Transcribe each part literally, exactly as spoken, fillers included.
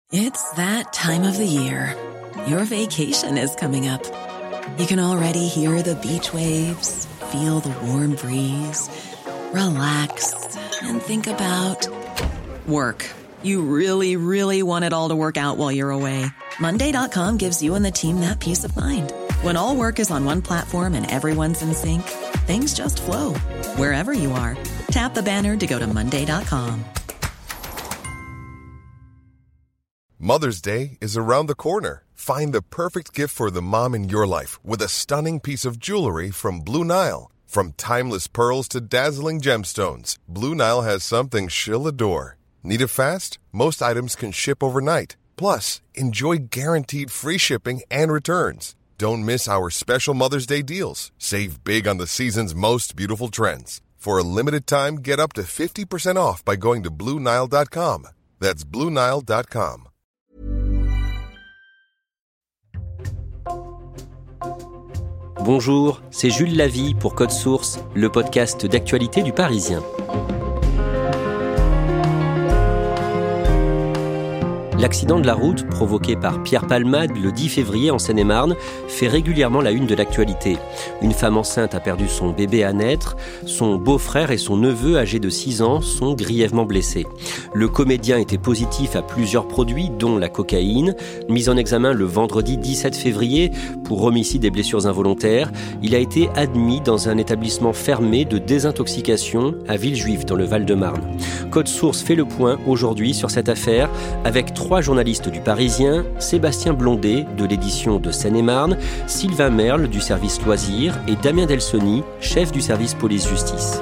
It's that time of the year. Your vacation is coming up. You can already hear the beach waves, feel the warm breeze, relax, and think about work. You really, really want it all to work out while you're away. Monday dot com gives you and the team that peace of mind. When all work is on one platform and everyone's in sync, things just flow. Wherever you are, tap the banner to go to Monday dot com. Mother's Day is around the corner. Find the perfect gift for the mom in your life with a stunning piece of jewelry from Blue Nile. From timeless pearls to dazzling gemstones, Blue Nile has something she'll adore. Need it fast? Most items can ship overnight. Plus, enjoy guaranteed free shipping and returns. Don't miss our special Mother's Day deals. Save big on the season's most beautiful trends. For a limited time, get up to fifty percent off by going to Blue Nile dot com. That's Blue Nile dot com. Bonjour, c'est Jules Lavie pour Code Source, le podcast d'actualité du Parisien. L'accident de la route provoqué par Pierre Palmade le dix février en Seine-et-Marne fait régulièrement la une de l'actualité. Une femme enceinte a perdu son bébé à naître, son beau-frère et son neveu âgé de six ans sont grièvement blessés. Le comédien était positif à plusieurs produits, dont la cocaïne. Mis en examen le vendredi dix-sept février pour homicide et blessures involontaires, il a été admis dans un établissement fermé de désintoxication à Villejuif dans le Val-de-Marne. Code Source fait le point aujourd'hui sur cette affaire avec trois Trois journalistes du Parisien, Sébastien Blondet de l'édition de Seine-et-Marne, Sylvain Merle du service Loisirs et Damien Delsoni, chef du service Police-Justice.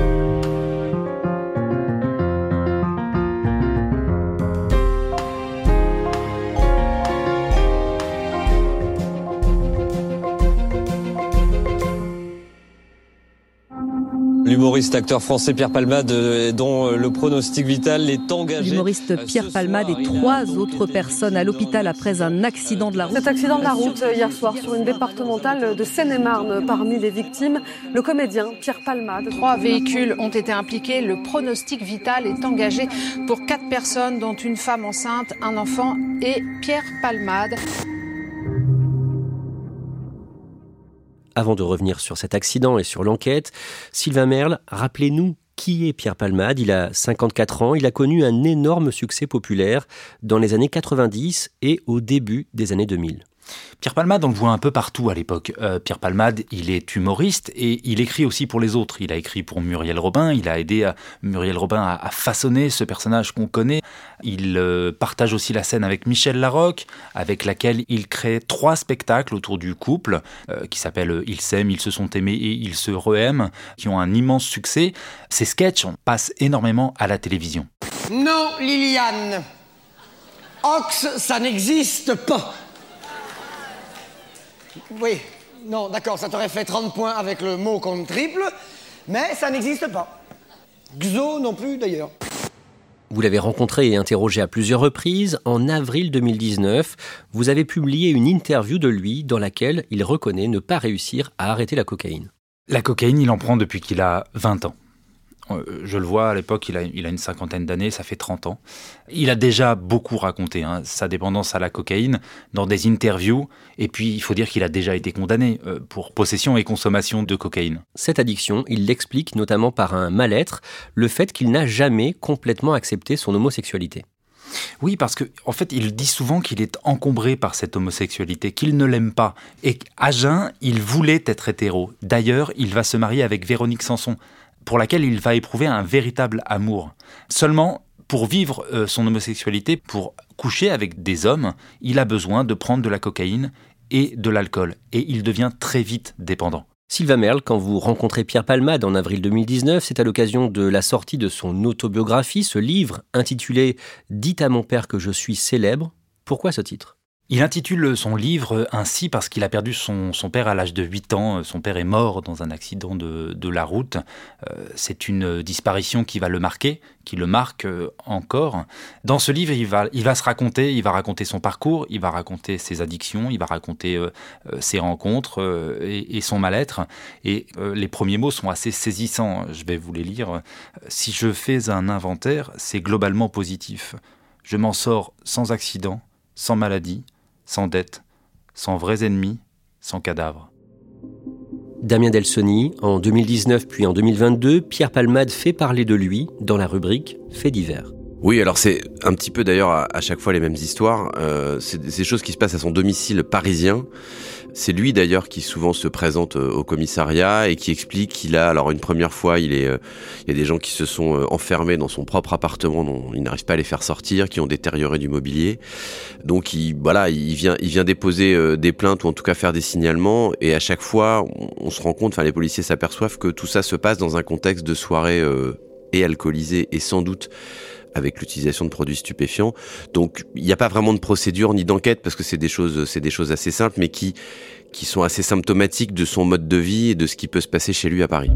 L'humoriste acteur français Pierre Palmade, dont le pronostic vital est engagé. L'humoriste Pierre Palmade et trois autres personnes à l'hôpital après un accident de la route. Cet accident de la route hier soir sur une départementale de Seine-et-Marne. Parmi les victimes, le comédien Pierre Palmade. Trois véhicules ont été impliqués. Le pronostic vital est engagé pour quatre personnes, dont une femme enceinte, un enfant et Pierre Palmade. Avant de revenir sur cet accident et sur l'enquête, Sylvain Merle, rappelez-nous qui est Pierre Palmade. Il a cinquante-quatre ans, il a connu un énorme succès populaire dans les années quatre-vingt-dix et au début des années deux mille. Pierre Palmade, on le voit un peu partout à l'époque. Euh, Pierre Palmade, il est humoriste et il écrit aussi pour les autres. Il a écrit pour Muriel Robin, il a aidé à, Muriel Robin à, à façonner ce personnage qu'on connaît. Il euh, partage aussi la scène avec Michel Larocque, avec laquelle il crée trois spectacles autour du couple, euh, qui s'appellent « Ils s'aiment, ils se sont aimés et ils se re-aiment », qui ont un immense succès. Ces sketchs passent énormément à la télévision. Non, Liliane, Ox, ça n'existe pas. Oui, non, d'accord, ça t'aurait fait trente points avec le mot contre triple, mais ça n'existe pas. Xo non plus, d'ailleurs. Vous l'avez rencontré et interrogé à plusieurs reprises. En avril deux mille dix-neuf, vous avez publié une interview de lui dans laquelle il reconnaît ne pas réussir à arrêter la cocaïne. La cocaïne, il en prend depuis qu'il a vingt ans. Je le vois, à l'époque, il a, il a une cinquantaine d'années, ça fait trente ans. Il a déjà beaucoup raconté hein, sa dépendance à la cocaïne dans des interviews. Et puis, il faut dire qu'il a déjà été condamné euh, pour possession et consommation de cocaïne. Cette addiction, il l'explique notamment par un mal-être, le fait qu'il n'a jamais complètement accepté son homosexualité. Oui, parce qu'en en fait, il dit souvent qu'il est encombré par cette homosexualité, qu'il ne l'aime pas. Et qu'à jeun, il voulait être hétéro. D'ailleurs, il va se marier avec Véronique Sanson, pour laquelle il va éprouver un véritable amour. Seulement, pour vivre euh, son homosexualité, pour coucher avec des hommes, il a besoin de prendre de la cocaïne et de l'alcool. Et il devient très vite dépendant. Sylvain Merle, quand vous rencontrez Pierre Palmade en avril deux mille dix-neuf, c'est à l'occasion de la sortie de son autobiographie, ce livre intitulé « Dites à mon père que je suis célèbre ». Pourquoi ce titre ? Il intitule son livre ainsi parce qu'il a perdu son, son père à l'âge de huit ans. Son père est mort dans un accident de, de la route. Euh, c'est une disparition qui va le marquer, qui le marque encore. Dans ce livre, il va, il va se raconter, il va raconter son parcours, il va raconter ses addictions, il va raconter euh, ses rencontres euh, et, et son mal-être. Et euh, les premiers mots sont assez saisissants. Je vais vous les lire. « Si je fais un inventaire, c'est globalement positif. Je m'en sors sans accident, sans maladie, sans dette, sans vrais ennemis, sans cadavre. Damien Delsoni, en deux mille dix-neuf puis en deux mille vingt-deux, Pierre Palmade fait parler de lui dans la rubrique Faits divers. Oui, alors c'est un petit peu d'ailleurs à, à chaque fois les mêmes histoires. Euh, c'est des choses qui se passent à son domicile parisien. C'est lui d'ailleurs qui souvent se présente au commissariat et qui explique qu'il a, alors une première fois, il est, euh, il y a des gens qui se sont euh, enfermés dans son propre appartement, dont il n'arrive pas à les faire sortir, qui ont détérioré du mobilier. Donc il, voilà, il vient, il vient déposer euh, des plaintes ou en tout cas faire des signalements. Et à chaque fois, on, on se rend compte, enfin les policiers s'aperçoivent que tout ça se passe dans un contexte de soirée euh, et alcoolisée et sans doute avec l'utilisation de produits stupéfiants. Donc, il n'y a pas vraiment de procédure ni d'enquête parce que c'est des choses, c'est des choses assez simples, mais qui, qui sont assez symptomatiques de son mode de vie et de ce qui peut se passer chez lui à Paris.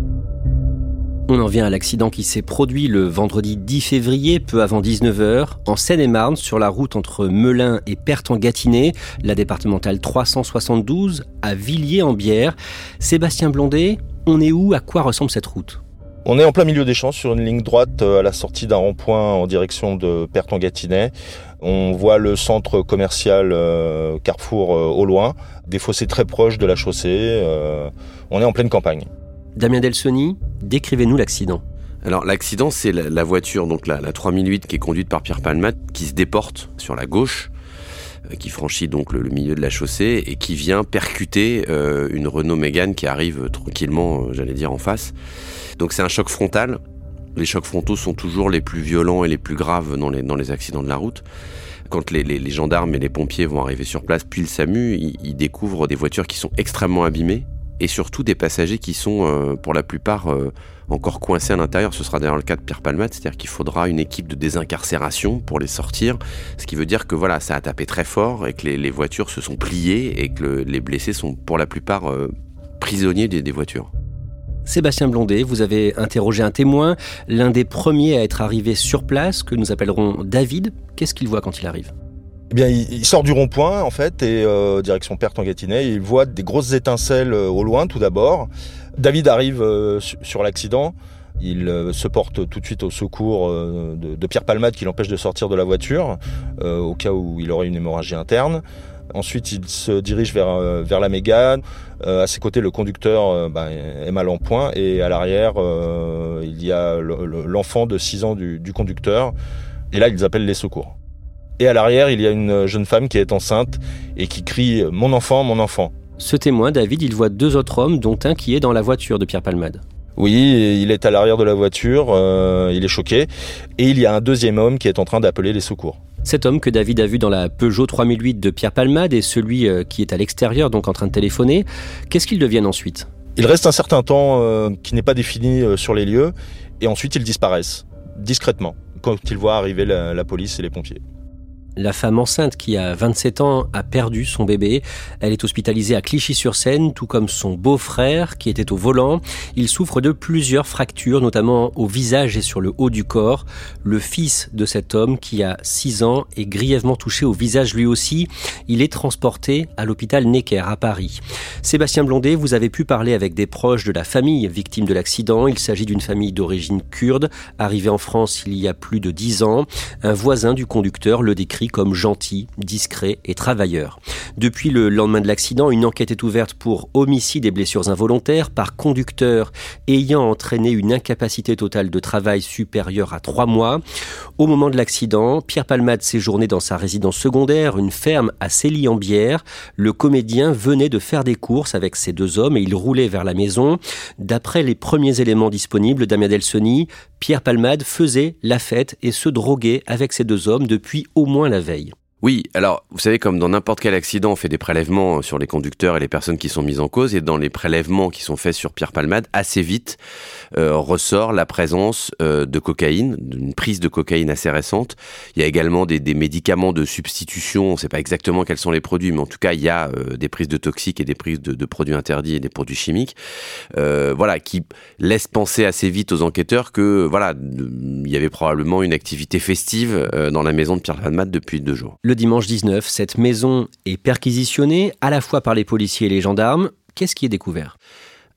On en vient à l'accident qui s'est produit le vendredi dix février, peu avant dix-neuf heures, en Seine-et-Marne, sur la route entre Melun et Perth-en-Gâtinais, la départementale trois cent soixante-douze, à Villiers-en-Bière. Sébastien Blondet, on est où? À quoi ressemble cette route? On est en plein milieu des champs sur une ligne droite à la sortie d'un rond-point en direction de Perth-en-Gâtinais. On voit le centre commercial euh, Carrefour euh, au loin, des fossés très proches de la chaussée. Euh, on est en pleine campagne. Damien Delsoni, décrivez-nous l'accident. Alors l'accident, c'est la, la voiture, donc la, la trois mille huit qui est conduite par Pierre Palmade, qui se déporte sur la gauche, euh, qui franchit donc le, le milieu de la chaussée et qui vient percuter euh, une Renault Mégane qui arrive tranquillement, euh, j'allais dire, en face. Donc c'est un choc frontal. Les chocs frontaux sont toujours les plus violents et les plus graves dans les, dans les accidents de la route. Quand les, les, les gendarmes et les pompiers vont arriver sur place, puis le SAMU, ils, ils découvrent des voitures qui sont extrêmement abîmées et surtout des passagers qui sont euh, pour la plupart euh, encore coincés à l'intérieur. Ce sera d'ailleurs le cas de Pierre Palmade, c'est-à-dire qu'il faudra une équipe de désincarcération pour les sortir, ce qui veut dire que voilà, ça a tapé très fort et que les, les voitures se sont pliées et que le, les blessés sont pour la plupart euh, prisonniers des, des voitures. Sébastien Blondet, vous avez interrogé un témoin, l'un des premiers à être arrivé sur place, que nous appellerons David. Qu'est-ce qu'il voit quand il arrive ? Eh bien, il, il sort du rond-point, en fait, et euh, direction Perth-en-Gâtinais. Il voit des grosses étincelles euh, au loin, tout d'abord. David arrive euh, sur, sur l'accident. Il euh, se porte tout de suite au secours euh, de, de Pierre Palmade, qui l'empêche de sortir de la voiture, euh, au cas où il aurait une hémorragie interne. Ensuite, il se dirige vers, euh, vers la Mégane. Euh, à ses côtés, le conducteur euh, bah, est mal en point. Et à l'arrière, euh, il y a le, le, l'enfant de six ans du, du conducteur. Et là, ils appellent les secours. Et à l'arrière, il y a une jeune femme qui est enceinte et qui crie « Mon enfant, mon enfant ». Ce témoin, David, il voit deux autres hommes, dont un qui est dans la voiture de Pierre Palmade. Oui, il est à l'arrière de la voiture, euh, il est choqué. Et il y a un deuxième homme qui est en train d'appeler les secours. Cet homme que David a vu dans la Peugeot trois mille huit de Pierre Palmade est celui qui est à l'extérieur, donc en train de téléphoner. Qu'est-ce qu'ils deviennent ensuite ? Il reste un certain temps euh, qui n'est pas défini euh, sur les lieux, et ensuite ils disparaissent, discrètement, quand ils voient arriver la, la police et les pompiers. La femme enceinte qui a vingt-sept ans a perdu son bébé. Elle est hospitalisée à Clichy-sur-Seine, tout comme son beau-frère qui était au volant. Il souffre de plusieurs fractures, notamment au visage et sur le haut du corps. Le fils de cet homme qui a six ans est grièvement touché au visage lui aussi. Il est transporté à l'hôpital Necker à Paris. Sébastien Blondet, vous avez pu parler avec des proches de la famille victime de l'accident. Il s'agit d'une famille d'origine kurde, arrivée en France il y a plus de dix ans. Un voisin du conducteur le décrit comme gentil, discret et travailleur. Depuis le lendemain de l'accident, une enquête est ouverte pour homicide et blessures involontaires par conducteur ayant entraîné une incapacité totale de travail supérieure à trois mois. Au moment de l'accident, Pierre Palmade séjournait dans sa résidence secondaire, une ferme à Célie-en-Bière. Le comédien venait de faire des courses avec ces deux hommes et il roulait vers la maison. D'après les premiers éléments disponibles, Damien Delsoni, Pierre Palmade faisait la fête et se droguait avec ces deux hommes depuis au moins la veille. Oui, alors vous savez, comme dans n'importe quel accident, on fait des prélèvements sur les conducteurs et les personnes qui sont mises en cause, et dans les prélèvements qui sont faits sur Pierre Palmade, assez vite euh, ressort la présence euh, de cocaïne, d'une prise de cocaïne assez récente. Il y a également des, des médicaments de substitution, on ne sait pas exactement quels sont les produits, mais en tout cas il y a euh, des prises de toxiques et des prises de, de produits interdits et des produits chimiques, euh, voilà, qui laissent penser assez vite aux enquêteurs que voilà, il y avait probablement une activité festive euh, dans la maison de Pierre Palmade depuis deux jours. Le dimanche dix-neuf, cette maison est perquisitionnée à la fois par les policiers et les gendarmes. Qu'est-ce qui est découvert ?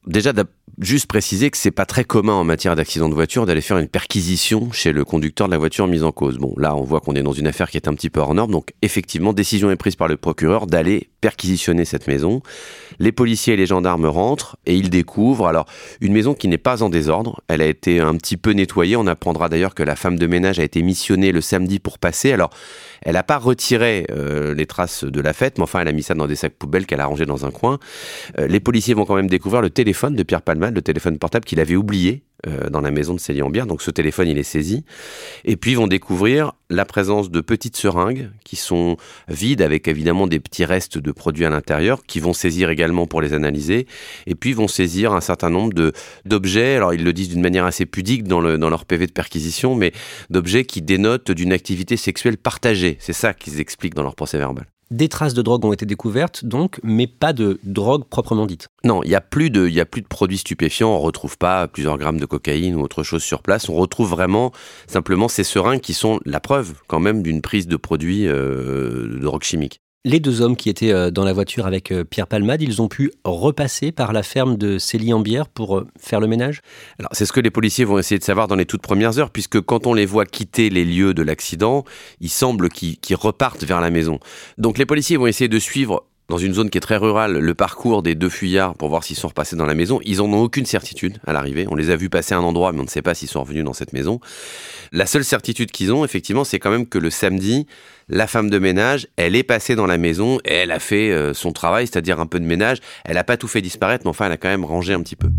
Déjà, juste préciser que c'est pas très commun en matière d'accident de voiture d'aller faire une perquisition chez le conducteur de la voiture mise en cause. Bon, là, on voit qu'on est dans une affaire qui est un petit peu hors norme, donc effectivement, décision est prise par le procureur d'aller perquisitionner cette maison. Les policiers et les gendarmes rentrent et ils découvrent alors une maison qui n'est pas en désordre. Elle a été un petit peu nettoyée. On apprendra d'ailleurs que la femme de ménage a été missionnée le samedi pour passer. Alors, elle n'a pas retiré euh, les traces de la fête, mais enfin, elle a mis ça dans des sacs poubelles qu'elle a rangés dans un coin. Euh, les policiers vont quand même découvrir le téléphone de Pierre Palmade, le téléphone portable qu'il avait oublié euh, dans la maison de Célie-en-Bière. Donc ce téléphone, il est saisi. Et puis ils vont découvrir la présence de petites seringues qui sont vides avec évidemment des petits restes de produits à l'intérieur qui vont saisir également pour les analyser. Et puis ils vont saisir un certain nombre de, d'objets. Alors ils le disent d'une manière assez pudique dans, le, dans leur P V de perquisition, mais d'objets qui dénotent d'une activité sexuelle partagée. C'est ça qu'ils expliquent dans leur procès verbal. Des traces de drogue ont été découvertes, donc, mais pas de drogue proprement dite. Non, il n'y a plus de, il y a plus de produits stupéfiants. On ne retrouve pas plusieurs grammes de cocaïne ou autre chose sur place. On retrouve vraiment simplement ces seringues qui sont la preuve quand même d'une prise de produits euh, de drogue chimique. Les deux hommes qui étaient dans la voiture avec Pierre Palmade, ils ont pu repasser par la ferme de Célie-en-Bière pour faire le ménage ? Alors, c'est ce que les policiers vont essayer de savoir dans les toutes premières heures, puisque quand on les voit quitter les lieux de l'accident, il semble qu'ils, qu'ils repartent vers la maison. Donc les policiers vont essayer de suivre, dans une zone qui est très rurale, le parcours des deux fuyards pour voir s'ils sont repassés dans la maison. Ils n'en ont aucune certitude à l'arrivée. On les a vus passer à un endroit, mais on ne sait pas s'ils sont revenus dans cette maison. La seule certitude qu'ils ont, effectivement, c'est quand même que le samedi, la femme de ménage, elle est passée dans la maison et elle a fait euh, son travail, c'est-à-dire un peu de ménage. Elle n'a pas tout fait disparaître, mais enfin, elle a quand même rangé un petit peu.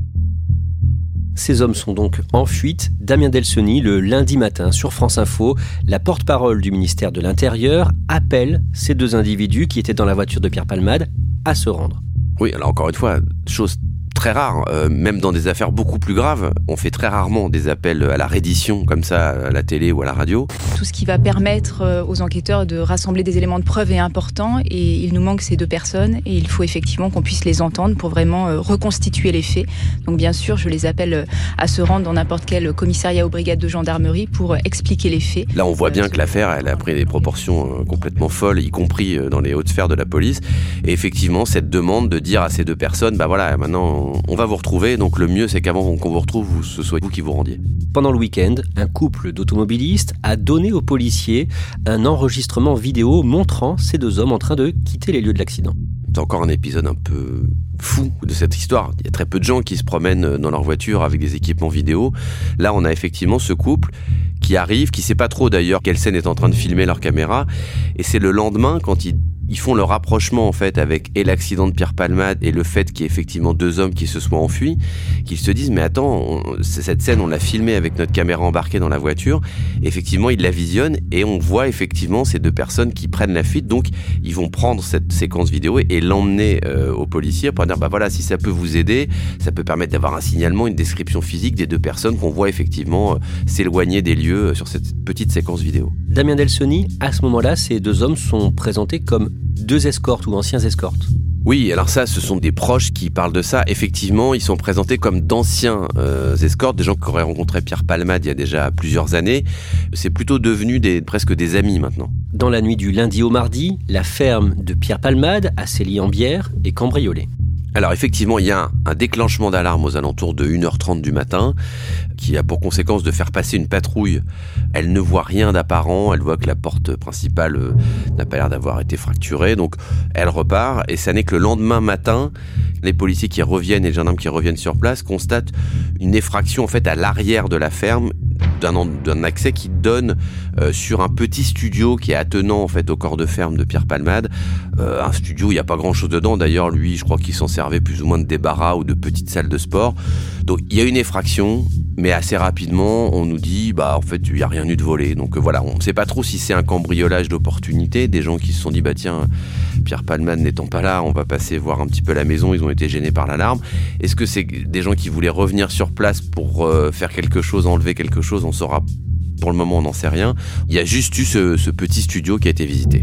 Ces hommes sont donc en fuite. Damien Delceni, le lundi matin sur France Info, la porte-parole du ministère de l'Intérieur, appelle ces deux individus qui étaient dans la voiture de Pierre Palmade à se rendre. Oui, alors encore une fois, chose très rare, euh, même dans des affaires beaucoup plus graves, on fait très rarement des appels à la reddition comme ça à la télé ou à la radio. Tout ce qui va permettre aux enquêteurs de rassembler des éléments de preuve est important et il nous manque ces deux personnes et il faut effectivement qu'on puisse les entendre pour vraiment reconstituer les faits. Donc bien sûr, je les appelle à se rendre dans n'importe quel commissariat ou brigade de gendarmerie pour expliquer les faits. Là, on voit bien que l'affaire, elle a pris des proportions complètement folles, y compris dans les hautes sphères de la police. Et effectivement, cette demande de dire à ces deux personnes, bah voilà, maintenant on va vous retrouver, donc le mieux c'est qu'avant qu'on vous retrouve, ce soit vous qui vous rendiez. Pendant le week-end, un couple d'automobilistes a donné aux policiers un enregistrement vidéo montrant ces deux hommes en train de quitter les lieux de l'accident. C'est encore un épisode un peu fou de cette histoire. Il y a très peu de gens qui se promènent dans leur voiture avec des équipements vidéo. Là, on a effectivement ce couple qui arrive, qui ne sait pas trop d'ailleurs quelle scène est en train de filmer leur caméra. Et c'est le lendemain, quand ils, ils font le rapprochement en fait avec et l'accident de Pierre Palmade et le fait qu'il y ait effectivement deux hommes qui se soient enfuis, qu'ils se disent mais attends, on, cette scène on l'a filmée avec notre caméra embarquée dans la voiture. Et effectivement, ils la visionnent et on voit effectivement ces deux personnes qui prennent la fuite. Donc, ils vont prendre cette séquence vidéo et, et l'emmener euh, aux policiers pour dire bah voilà, si ça peut vous aider, ça peut permettre d'avoir un signalement, une description physique des deux personnes qu'on voit effectivement euh, s'éloigner des lieux sur cette petite séquence vidéo. Damien Delceni, à ce moment-là, ces deux hommes sont présentés comme deux escortes ou anciens escortes. Oui, alors ça, ce sont des proches qui parlent de ça. Effectivement, ils sont présentés comme d'anciens euh, escortes, des gens qui auraient rencontré Pierre Palmade il y a déjà plusieurs années. C'est plutôt devenu des, presque des amis maintenant. Dans la nuit du lundi au mardi, la ferme de Pierre Palmade à Célie-en-Bière est cambriolée. Alors effectivement, il y a un, un déclenchement d'alarme aux alentours de une heure trente du matin qui a pour conséquence de faire passer une patrouille. Elle ne voit rien d'apparent, elle voit que la porte principale euh, n'a pas l'air d'avoir été fracturée, donc elle repart et ça n'est que le lendemain matin, les policiers qui reviennent et les gendarmes qui reviennent sur place constatent une effraction en fait à l'arrière de la ferme d'un, d'un accès qui donne euh, sur un petit studio qui est attenant en fait au corps de ferme de Pierre Palmade. Euh, un studio, il n'y a pas grand chose dedans. D'ailleurs, lui, je crois qu'il s'en servait plus ou moins de débarras ou de petites salles de sport. Donc, il y a une effraction, mais assez rapidement, on nous dit, bah, en fait, il n'y a rien eu de volé. Donc, euh, voilà, on ne sait pas trop si c'est un cambriolage d'opportunité. Des gens qui se sont dit, bah, tiens, Pierre Palmade n'étant pas là, on va passer voir un petit peu la maison. Ils ont été gênés par l'alarme. Est-ce que c'est des gens qui voulaient revenir sur place pour euh, faire quelque chose, enlever quelque chose? On saura, pour le moment, on n'en sait rien. Il y a juste eu ce, ce petit studio qui a été visité.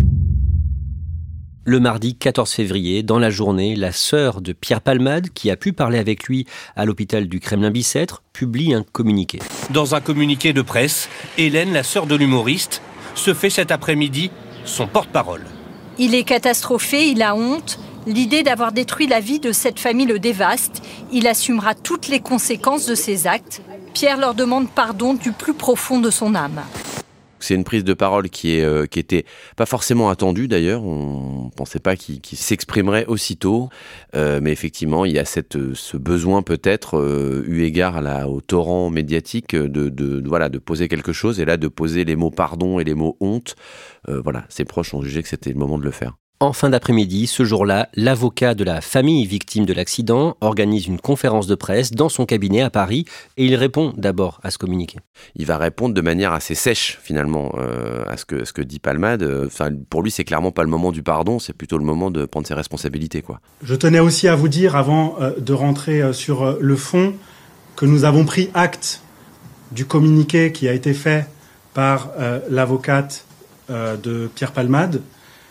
Le mardi quatorze février, dans la journée, la sœur de Pierre Palmade, qui a pu parler avec lui à l'hôpital du Kremlin-Bicêtre, publie un communiqué. Dans un communiqué de presse, Hélène, la sœur de l'humoriste, se fait cet après-midi son porte-parole. Il est catastrophé, il a honte, L'idée d'avoir détruit la vie de cette famille le dévaste. Il assumera toutes les conséquences de ses actes. Pierre leur demande pardon du plus profond de son âme. C'est une prise de parole qui est euh, qui était pas forcément attendue d'ailleurs. On pensait pas qu'il, qu'il s'exprimerait aussitôt, euh, mais effectivement il y a cette ce besoin peut-être euh, eu égard à la, au torrent médiatique de, de, de voilà de poser quelque chose et là de poser les mots pardon et les mots honte. Euh, voilà, ses proches ont jugé que c'était le moment de le faire. En fin d'après-midi, ce jour-là, l'avocat de la famille victime de l'accident organise une conférence de presse dans son cabinet à Paris et il répond d'abord à ce communiqué. Il va répondre de manière assez sèche finalement euh, à ce que, ce que dit Palmade. Enfin, pour lui, c'est clairement pas le moment du pardon, c'est plutôt le moment de prendre ses responsabilités, quoi. Je tenais aussi à vous dire, avant euh, de rentrer euh, sur euh, le fond, que nous avons pris acte du communiqué qui a été fait par euh, l'avocate euh, de Pierre Palmade.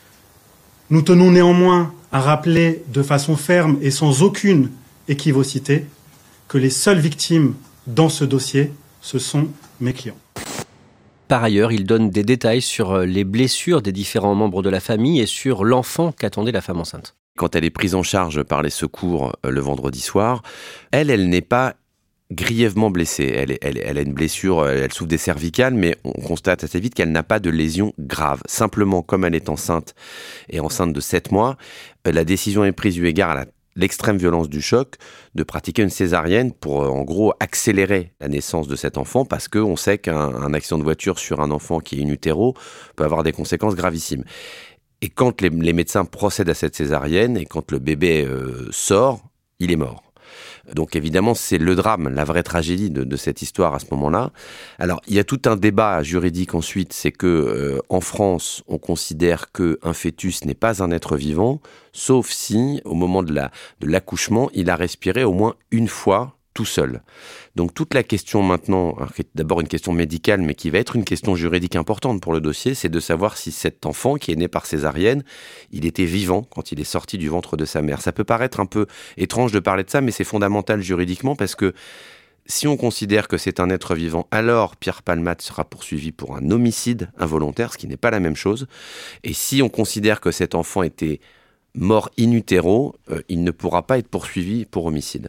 Nous tenons néanmoins à rappeler de façon ferme et sans aucune équivocité que les seules victimes dans ce dossier, ce sont mes clients. Par ailleurs, il donne des détails sur les blessures des différents membres de la famille et sur l'enfant qu'attendait la femme enceinte. Quand elle est prise en charge par les secours le vendredi soir, elle, elle n'est pas grièvement blessée. Elle, elle, elle a une blessure, elle souffre des cervicales, mais on constate assez vite qu'elle n'a pas de lésion grave. Simplement, comme elle est enceinte et enceinte de sept mois, la décision est prise eu égard à la, l'extrême violence du choc de pratiquer une césarienne pour, en gros, accélérer la naissance de cet enfant parce qu'on sait qu'un un accident de voiture sur un enfant qui est in utero peut avoir des conséquences gravissimes. Et quand les, les médecins procèdent à cette césarienne et quand le bébé euh, sort, il est mort. Donc évidemment, c'est le drame, la vraie tragédie de, de cette histoire à ce moment-là. Alors, il y a tout un débat juridique ensuite, c'est que euh, en France, on considère qu'un fœtus n'est pas un être vivant, sauf si, au moment de, la, de l'accouchement, il a respiré au moins une fois tout seul. Donc toute la question maintenant, qui est d'abord une question médicale, mais qui va être une question juridique importante pour le dossier, c'est de savoir si cet enfant qui est né par césarienne, il était vivant quand il est sorti du ventre de sa mère. Ça peut paraître un peu étrange de parler de ça, mais c'est fondamental juridiquement parce que si on considère que c'est un être vivant, alors Pierre Palmade sera poursuivi pour un homicide involontaire, ce qui n'est pas la même chose. Et si on considère que cet enfant était mort in utero, euh, il ne pourra pas être poursuivi pour homicide.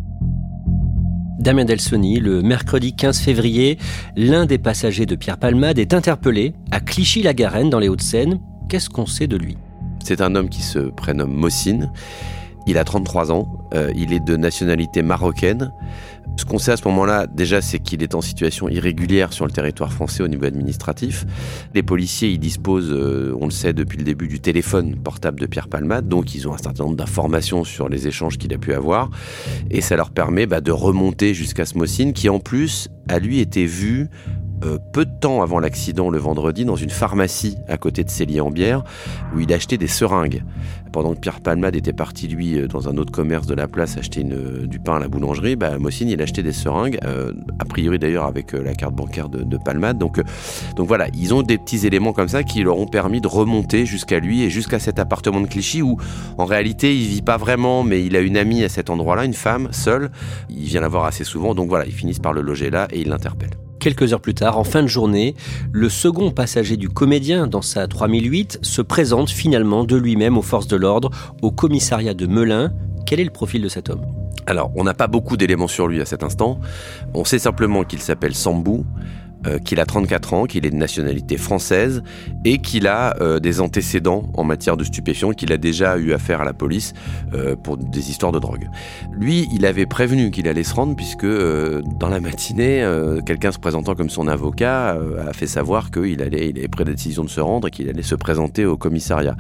Damien Delsoni, le mercredi quinze février, l'un des passagers de Pierre Palmade est interpellé à Clichy-la-Garenne dans les Hauts-de-Seine. Qu'est-ce qu'on sait de lui ? C'est un homme qui se prénomme Mossine. Il a trente-trois ans, euh, il est de nationalité marocaine. Ce qu'on sait à ce moment-là, déjà, c'est qu'il est en situation irrégulière sur le territoire français au niveau administratif. Les policiers, ils disposent, euh, on le sait depuis le début, du téléphone portable de Pierre Palmade, donc ils ont un certain nombre d'informations sur les échanges qu'il a pu avoir, et ça leur permet bah, de remonter jusqu'à ce Mossine, qui en plus, a lui été vu Euh, peu de temps avant l'accident le vendredi dans une pharmacie à côté de Célie-en-Bière où il achetait des seringues. Pendant que Pierre Palmade était parti lui dans un autre commerce de la place acheter une, du pain à la boulangerie, bah, Mossine il achetait des seringues, euh, a priori d'ailleurs avec euh, la carte bancaire de, de Palmade. Donc, euh, donc voilà, ils ont des petits éléments comme ça qui leur ont permis de remonter jusqu'à lui et jusqu'à cet appartement de Clichy où en réalité il vit pas vraiment, mais il a une amie à cet endroit-là, une femme seule. Il vient la voir assez souvent, donc voilà, ils finissent par le loger là et ils l'interpellent. Quelques heures plus tard, en fin de journée, le second passager du Comédien dans sa trois mille huit se présente finalement de lui-même aux forces de l'ordre, au commissariat de Melun. Quel est le profil de cet homme ? Alors, on n'a pas beaucoup d'éléments sur lui à cet instant. On sait simplement qu'il s'appelle Sambou, euh, qu'il a trente-quatre ans, qu'il est de nationalité française et qu'il a euh, des antécédents en matière de stupéfiants, qu'il a déjà eu affaire à la police euh, pour des histoires de drogue. Lui, il avait prévenu qu'il allait se rendre puisque euh, dans la matinée, euh, quelqu'un se présentant comme son avocat euh, a fait savoir qu'il allait, il avait pris la décision de se rendre et qu'il allait se présenter au commissariat.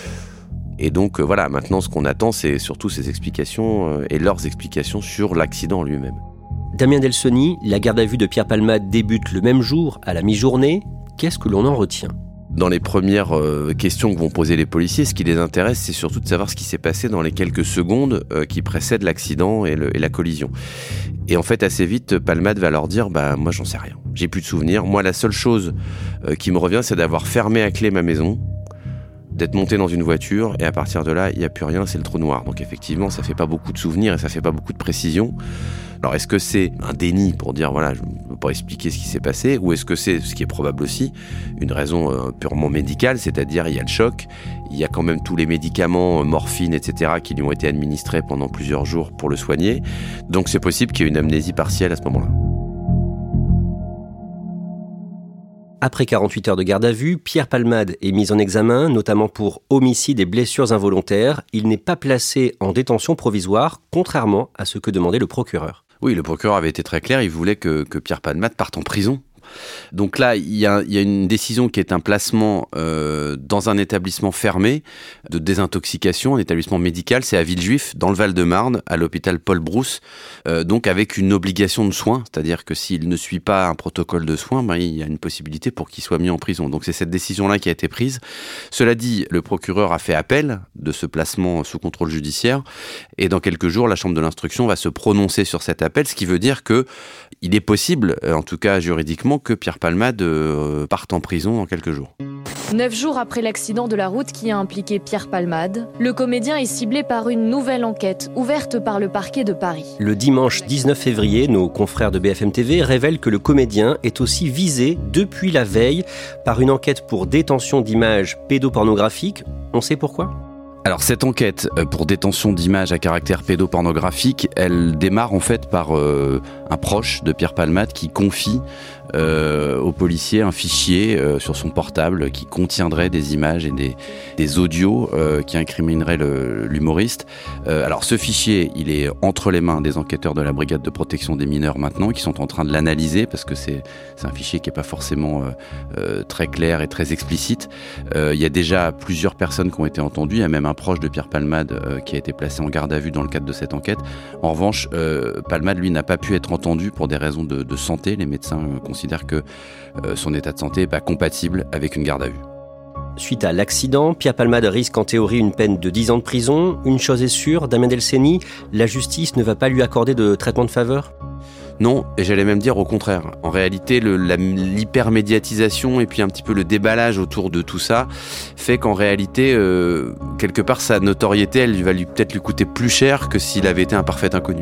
Et donc euh, voilà, maintenant ce qu'on attend, c'est surtout ces explications euh, et leurs explications sur l'accident lui-même. Damien Delsoni, la garde à vue de Pierre Palmade débute le même jour, à la mi-journée. Qu'est-ce que l'on en retient ? Dans les premières euh, questions que vont poser les policiers, ce qui les intéresse, c'est surtout de savoir ce qui s'est passé dans les quelques secondes euh, qui précèdent l'accident et, le, et la collision. Et en fait, assez vite, Palmade va leur dire « bah moi, j'en sais rien. J'ai plus de souvenirs. Moi, la seule chose euh, qui me revient, c'est d'avoir fermé à clé ma maison, d'être monté dans une voiture, et à partir de là, il n'y a plus rien, c'est le trou noir. » Donc effectivement, ça fait pas beaucoup de souvenirs et ça fait pas beaucoup de précision. Alors est-ce que c'est un déni pour dire voilà, je ne peux pas expliquer ce qui s'est passé, ou est-ce que c'est, ce qui est probable aussi, une raison euh, purement médicale, c'est-à-dire il y a le choc, il y a quand même tous les médicaments, euh, morphine, et cetera, qui lui ont été administrés pendant plusieurs jours pour le soigner, donc c'est possible qu'il y ait une amnésie partielle à ce moment-là. Après quarante-huit heures de garde à vue, Pierre Palmade est mis en examen, notamment pour homicide et blessures involontaires. Il n'est pas placé en détention provisoire, contrairement à ce que demandait le procureur. Oui, le procureur avait été très clair, il voulait que, que Pierre Palmade parte en prison. Donc là, il y a, il y a une décision qui est un placement euh, dans un établissement fermé de désintoxication, un établissement médical, c'est à Villejuif, dans le Val-de-Marne, à l'hôpital Paul Brousse, euh, donc avec une obligation de soins, c'est-à-dire que s'il ne suit pas un protocole de soins, ben, il y a une possibilité pour qu'il soit mis en prison. Donc c'est cette décision-là qui a été prise. Cela dit, le procureur a fait appel de ce placement sous contrôle judiciaire, et dans quelques jours, la Chambre de l'instruction va se prononcer sur cet appel, ce qui veut dire que il est possible, en tout cas juridiquement, que Pierre Palmade euh, parte en prison dans quelques jours. Neuf jours après l'accident de la route qui a impliqué Pierre Palmade, le comédien est ciblé par une nouvelle enquête ouverte par le parquet de Paris. Le dimanche dix-neuf février, nos confrères de B F M T V révèlent que le comédien est aussi visé depuis la veille par une enquête pour détention d'images pédopornographiques. On sait pourquoi ? Alors cette enquête pour détention d'images à caractère pédopornographique, elle démarre en fait par euh, un proche de Pierre Palmade qui confie euh, au policier un fichier euh, sur son portable qui contiendrait des images et des, des audios euh, qui incrimineraient le, l'humoriste. Euh, alors ce fichier, il est entre les mains des enquêteurs de la brigade de protection des mineurs maintenant, qui sont en train de l'analyser parce que c'est, c'est un fichier qui n'est pas forcément euh, euh, très clair et très explicite. Euh, il y a déjà plusieurs personnes qui ont été entendues, il y a même un proche de Pierre Palmade euh, qui a été placé en garde à vue dans le cadre de cette enquête. En revanche, euh, Palmade, lui, n'a pas pu être entendu pour des raisons de, de santé. Les médecins euh, considèrent que euh, son état de santé n'est pas compatible avec une garde à vue. Suite à l'accident, Pierre Palmade risque en théorie une peine de dix ans de prison. Une chose est sûre, Damien Delceni, la justice ne va pas lui accorder de traitement de faveur ? Non, et j'allais même dire au contraire. En réalité, le, la, l'hypermédiatisation et puis un petit peu le déballage autour de tout ça fait qu'en réalité, euh, quelque part, sa notoriété, elle va lui, peut-être lui coûter plus cher que s'il avait été un parfait inconnu.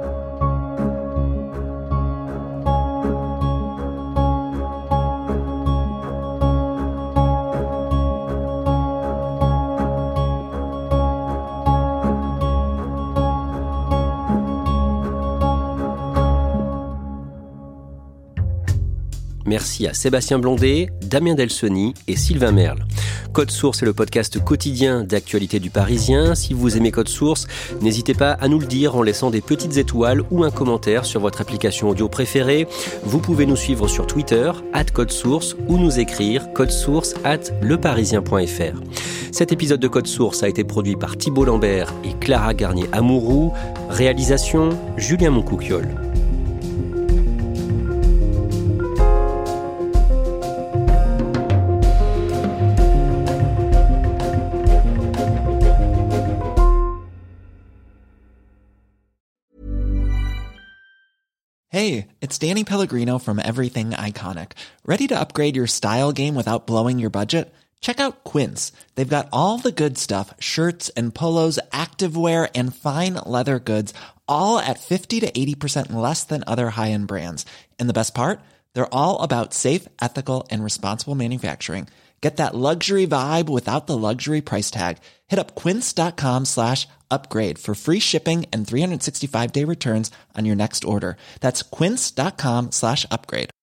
Merci à Sébastien Blondet, Damien Delceni et Sylvain Merle. Code Source est le podcast quotidien d'actualité du Parisien. Si vous aimez Code Source, n'hésitez pas à nous le dire en laissant des petites étoiles ou un commentaire sur votre application audio préférée. Vous pouvez nous suivre sur Twitter, arobase Code Source, ou nous écrire codesource arobase leparisien point fr. Cet épisode de Code Source a été produit par Thibault Lambert et Clara Garnier-Amouroux. Réalisation, Julien Moncouquiol. Hey, it's Danny Pellegrino from Everything Iconic. Ready to upgrade your style game without blowing your budget? Check out Quince. They've got all the good stuff, shirts and polos, activewear, and fine leather goods, all at fifty to eighty percent less than other high-end brands. And the best part? They're all about safe, ethical, and responsible manufacturing. Get that luxury vibe without the luxury price tag. Hit up quince.com slash upgrade for free shipping and three sixty-five day returns on your next order. That's quince.com slash upgrade.